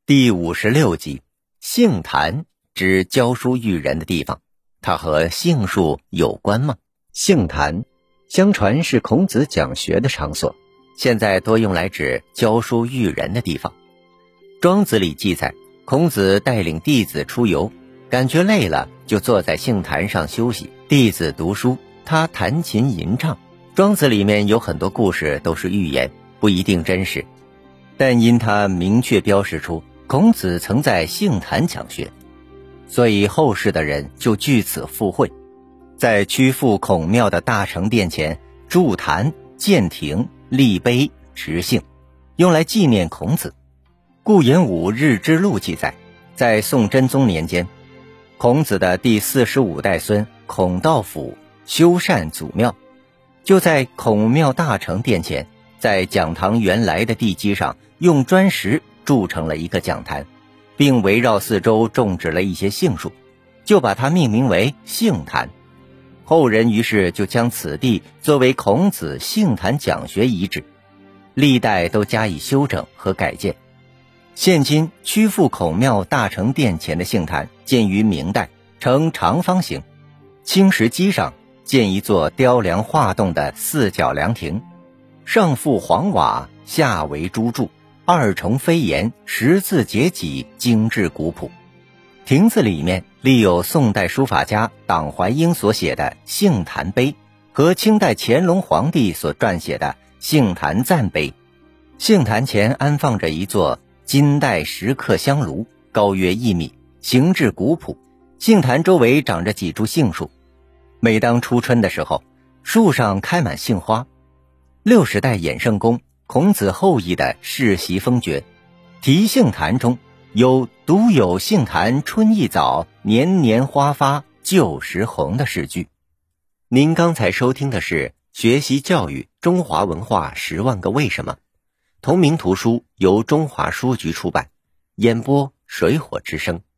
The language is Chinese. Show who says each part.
Speaker 1: 第56集，杏坛指教书育人的地方，它和杏树有关吗？杏坛相传是孔子讲学的场所，现在多用来指教书育人的地方。庄子里记载，孔子带领弟子出游，感觉累了就坐在杏坛上休息，弟子读书，他弹琴吟唱。庄子里面有很多故事都是寓言，不一定真实，但因他明确标示出孔子曾在杏坛讲学，所以后世的人就据此附会，在曲阜孔庙的大成殿前筑坛、建亭、立碑、植杏，用来纪念孔子。顾炎武《日之录》记载，在宋真宗年间，孔子的第45代孙孔道辅修缮祖庙，就在孔庙大成殿前，在讲堂原来的地基上用砖石筑成了一个讲坛，并围绕四周种植了一些杏树，就把它命名为杏坛。后人于是就将此地作为孔子杏坛讲学遗址，历代都加以修整和改建。现今曲阜孔庙大成殿前的杏坛建于明代，呈长方形，青石基上建一座雕梁画栋的四角凉亭，上覆黄瓦，下为朱柱，二重飞檐，十字结脊，精致古朴。亭子里面立有宋代书法家党怀英所写的杏坛碑和清代乾隆皇帝所撰写的杏坛赞碑。杏坛前安放着一座金代石刻香炉，高约1米，形制古朴。杏坛周围长着几株杏树，每当初春的时候，树上开满杏花。60代衍圣公孔子后裔的世袭封爵题杏坛中有独有杏坛春意早，年年花发旧时红的诗句。您刚才收听的是学习教育中华文化10万个为什么，同名图书由中华书局出版，演播水火之声。